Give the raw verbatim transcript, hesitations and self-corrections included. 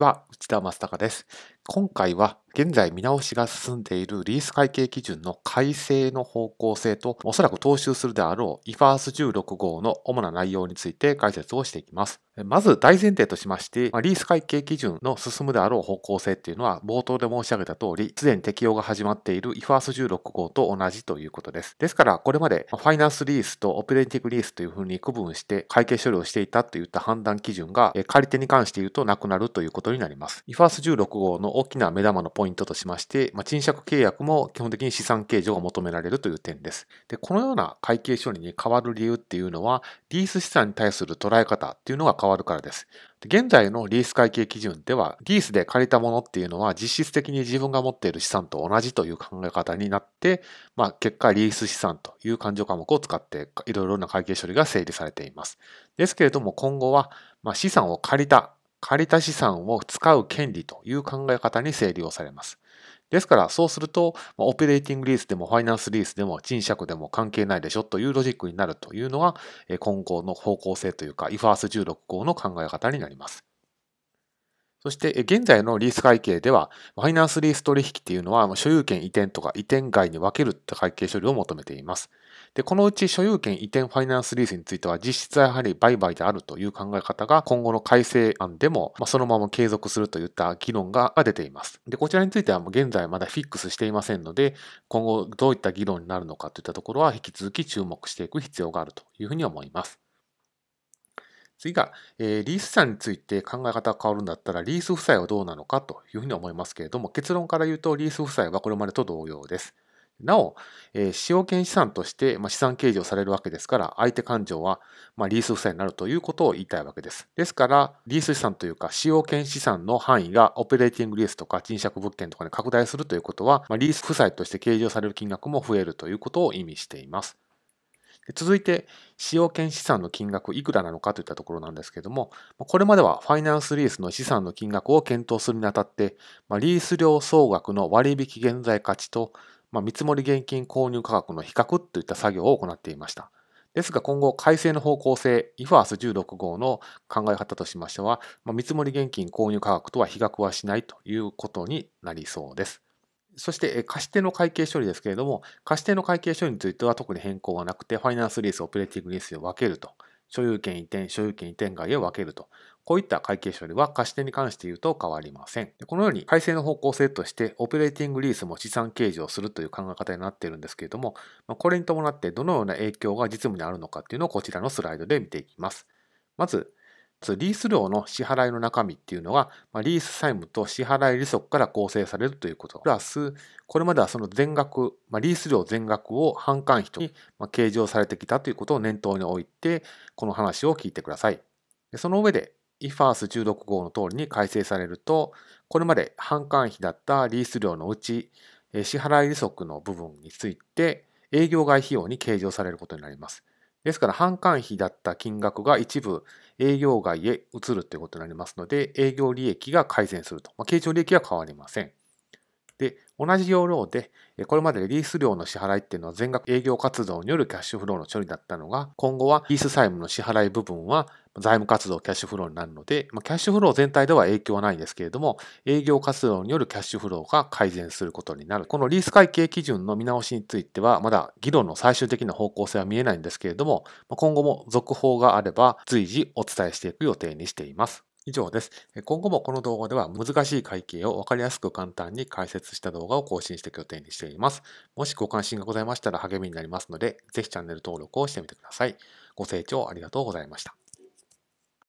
は内田正孝です。今回は現在見直しが進んでいるリース会計基準の改正の方向性と、おそらく踏襲するであろう アイファースじゅうろく 号の主な内容について解説をしていきます。まず大前提としまして、リース会計基準の進むであろう方向性っていうのは冒頭で申し上げた通り、すでに適用が始まっている アイファースじゅうろく 号と同じということです。ですから、これまでファイナンスリースとオペレーティングリースというふうに区分して会計処理をしていたといった判断基準が、借り手に関して言うとなくなるということになります。アイファースじゅうろく 号の大きな目玉のポイントとしまして、まあ、賃借契約も基本的に資産計上が求められるという点です。で、このような会計処理に変わる理由っていうのは、リース資産に対する捉え方っていうのが変わるからです。で、現在のリース会計基準では、リースで借りたものっていうのは実質的に自分が持っている資産と同じという考え方になって、まあ、結果リース資産という勘定科目を使っていろいろな会計処理が整理されています。ですけれども今後は、まあ、資産を借りた、借りた資産を使う権利という考え方に整理をされます。ですから、そうすると、オペレーティングリースでもファイナンスリースでも賃借でも関係ないでしょというロジックになるというのが、今後の方向性というか、アイファースじゅうろく 号の考え方になります。そして、現在のリース会計では、ファイナンスリース取引っていうのは、所有権移転とか移転外に分けるって会計処理を求めています。で、このうち所有権移転ファイナンスリースについては、実質はやはり売買であるという考え方が、今後の改正案でも、まあ、そのまま継続するといった議論が出ています。で、こちらについては、現在まだフィックスしていませんので、今後どういった議論になるのかといったところは、引き続き注目していく必要があるというふうに思います。次が、えーリース資産について考え方が変わるんだったら、リース負債はどうなのかというふうに思いますけれども、結論から言うと、リース負債はこれまでと同様です。なお、えー使用権資産として、まあ、資産計上されるわけですから、相手勘定は、まあ、リース負債になるということを言いたいわけです。ですから、リース資産というか、使用権資産の範囲がオペレーティングリースとか賃借物件とかに拡大するということは、まあ、リース負債として計上される金額も増えるということを意味しています。続いて、使用権資産の金額いくらなのかといったところなんですけれども、これまではファイナンスリースの資産の金額を検討するにあたって、リース料総額の割引現在価値と、見積現金購入価格の比較といった作業を行っていました。ですが今後、改正の方向性、アイファースじゅうろく 号の考え方としましては、見積現金購入価格とは比較はしないということになりそうです。そして、貸し手の会計処理ですけれども、貸し手の会計処理については特に変更はなくて、ファイナンスリース、オペレーティングリースを分けると、所有権移転、所有権移転外へ分けると、こういった会計処理は貸し手に関して言うと変わりません。このように改正の方向性として、オペレーティングリースも資産計上するという考え方になっているんですけれども、これに伴ってどのような影響が実務にあるのかっていうのをこちらのスライドで見ていきます。まず、リース料の支払いの中身っていうのは、リース債務と支払い利息から構成されるということ。プラス、これまではその全額、リース料全額を販管費とに計上されてきたということを念頭に置いて、この話を聞いてください。その上で、アイファースじゅうろく 号の通りに改正されると、これまで販管費だったリース料のうち、支払い利息の部分について、営業外費用に計上されることになります。ですから、販管費だった金額が一部営業外へ移るということになりますので、営業利益が改善すると。まあ、経常利益は変わりません。で、同じ要領で、これまでリース料の支払いっていうのは全額営業活動によるキャッシュフローの処理だったのが、今後はリース債務の支払い部分は財務活動キャッシュフローになるので、まあ、キャッシュフロー全体では影響はないんですけれども、営業活動によるキャッシュフローが改善することになる。このリース会計基準の見直しについては、まだ議論の最終的な方向性は見えないんですけれども、今後も続報があれば随時お伝えしていく予定にしています。以上です。今後もこの動画では難しい会計を分かりやすく簡単に解説した動画を更新していく予定にしています。もしご関心がございましたら励みになりますので、ぜひチャンネル登録をしてみてください。ご清聴ありがとうございました。